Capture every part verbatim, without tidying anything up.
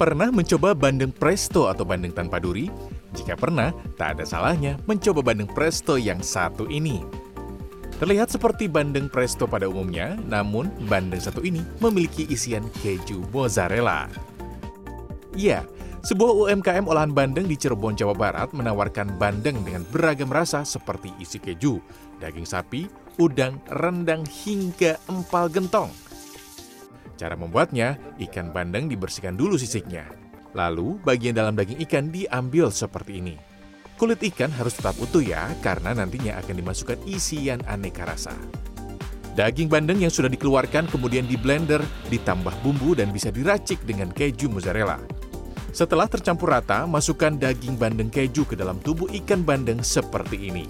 Pernah mencoba bandeng presto atau bandeng tanpa duri? Jika pernah, tak ada salahnya mencoba bandeng presto yang satu ini. Terlihat seperti bandeng presto pada umumnya, namun bandeng satu ini memiliki isian keju mozzarella. Ya, sebuah U M K M olahan bandeng di Cirebon, Jawa Barat menawarkan bandeng dengan beragam rasa seperti isi keju, daging sapi, udang, rendang, hingga empal gentong. Cara membuatnya, ikan bandeng dibersihkan dulu sisiknya. Lalu, bagian dalam daging ikan diambil seperti ini. Kulit ikan harus tetap utuh ya, karena nantinya akan dimasukkan isian aneka rasa. Daging bandeng yang sudah dikeluarkan kemudian di blender, ditambah bumbu dan bisa diracik dengan keju mozzarella. Setelah tercampur rata, masukkan daging bandeng keju ke dalam tubuh ikan bandeng seperti ini.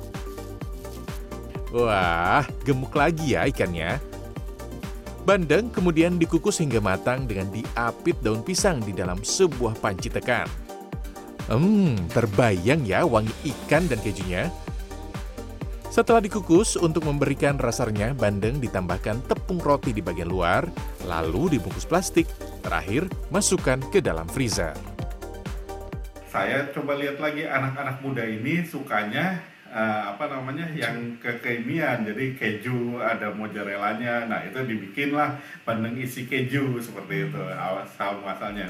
Wah, gemuk lagi ya ikannya. Bandeng kemudian dikukus hingga matang dengan diapit daun pisang di dalam sebuah panci tekan. Hmm, terbayang ya wangi ikan dan kejunya. Setelah dikukus, untuk memberikan rasa renyah, bandeng ditambahkan tepung roti di bagian luar, lalu dibungkus plastik. Terakhir, masukkan ke dalam freezer. Saya coba lihat lagi anak-anak muda ini sukanya Uh, apa namanya yang kekinian, jadi keju ada mozzarellanya. Nah itu dibikinlah bandeng isi keju seperti itu asal muasalnya.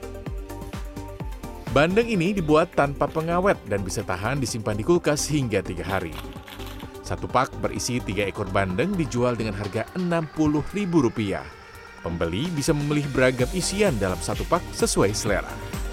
Bandeng ini dibuat tanpa pengawet dan bisa tahan disimpan di kulkas hingga tiga hari. Satu pak berisi tiga ekor bandeng dijual dengan harga enam puluh ribu rupiah. Pembeli bisa memilih beragam isian dalam satu pak sesuai selera.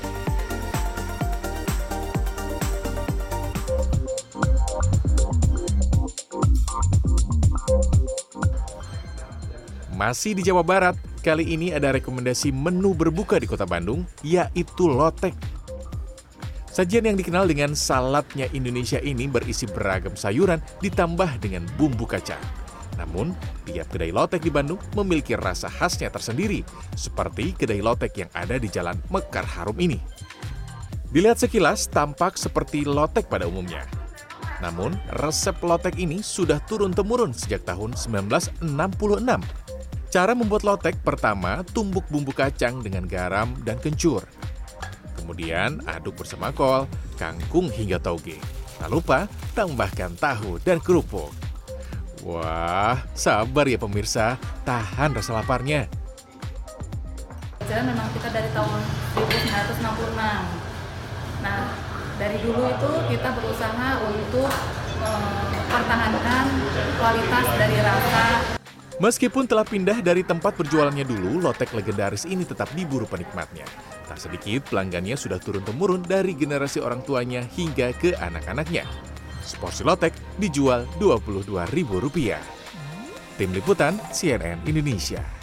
Masih di Jawa Barat, kali ini ada rekomendasi menu berbuka di kota Bandung, yaitu lotek. Sajian yang dikenal dengan saladnya Indonesia ini berisi beragam sayuran ditambah dengan bumbu kacang. Namun, tiap kedai lotek di Bandung memiliki rasa khasnya tersendiri, seperti kedai lotek yang ada di Jalan Mekar Harum ini. Dilihat sekilas, tampak seperti lotek pada umumnya. Namun, resep lotek ini sudah turun-temurun sejak tahun seribu sembilan ratus enam puluh enam. Cara membuat lotek pertama, tumbuk bumbu kacang dengan garam dan kencur. Kemudian aduk bersama kol, kangkung hingga toge. Tak lupa tambahkan tahu dan kerupuk. Wah, sabar ya pemirsa, tahan rasa laparnya. Jadi memang kita dari tahun seribu sembilan ratus enam puluh enam. Nah, dari dulu itu kita berusaha untuk mempertahankan kualitas dari rasa. Meskipun telah pindah dari tempat berjualannya dulu, lotek legendaris ini tetap diburu penikmatnya. Tak sedikit pelanggannya sudah turun-temurun dari generasi orang tuanya hingga ke anak-anaknya. Seporsi lotek dijual dua puluh dua ribu rupiah. Tim Liputan C N N Indonesia.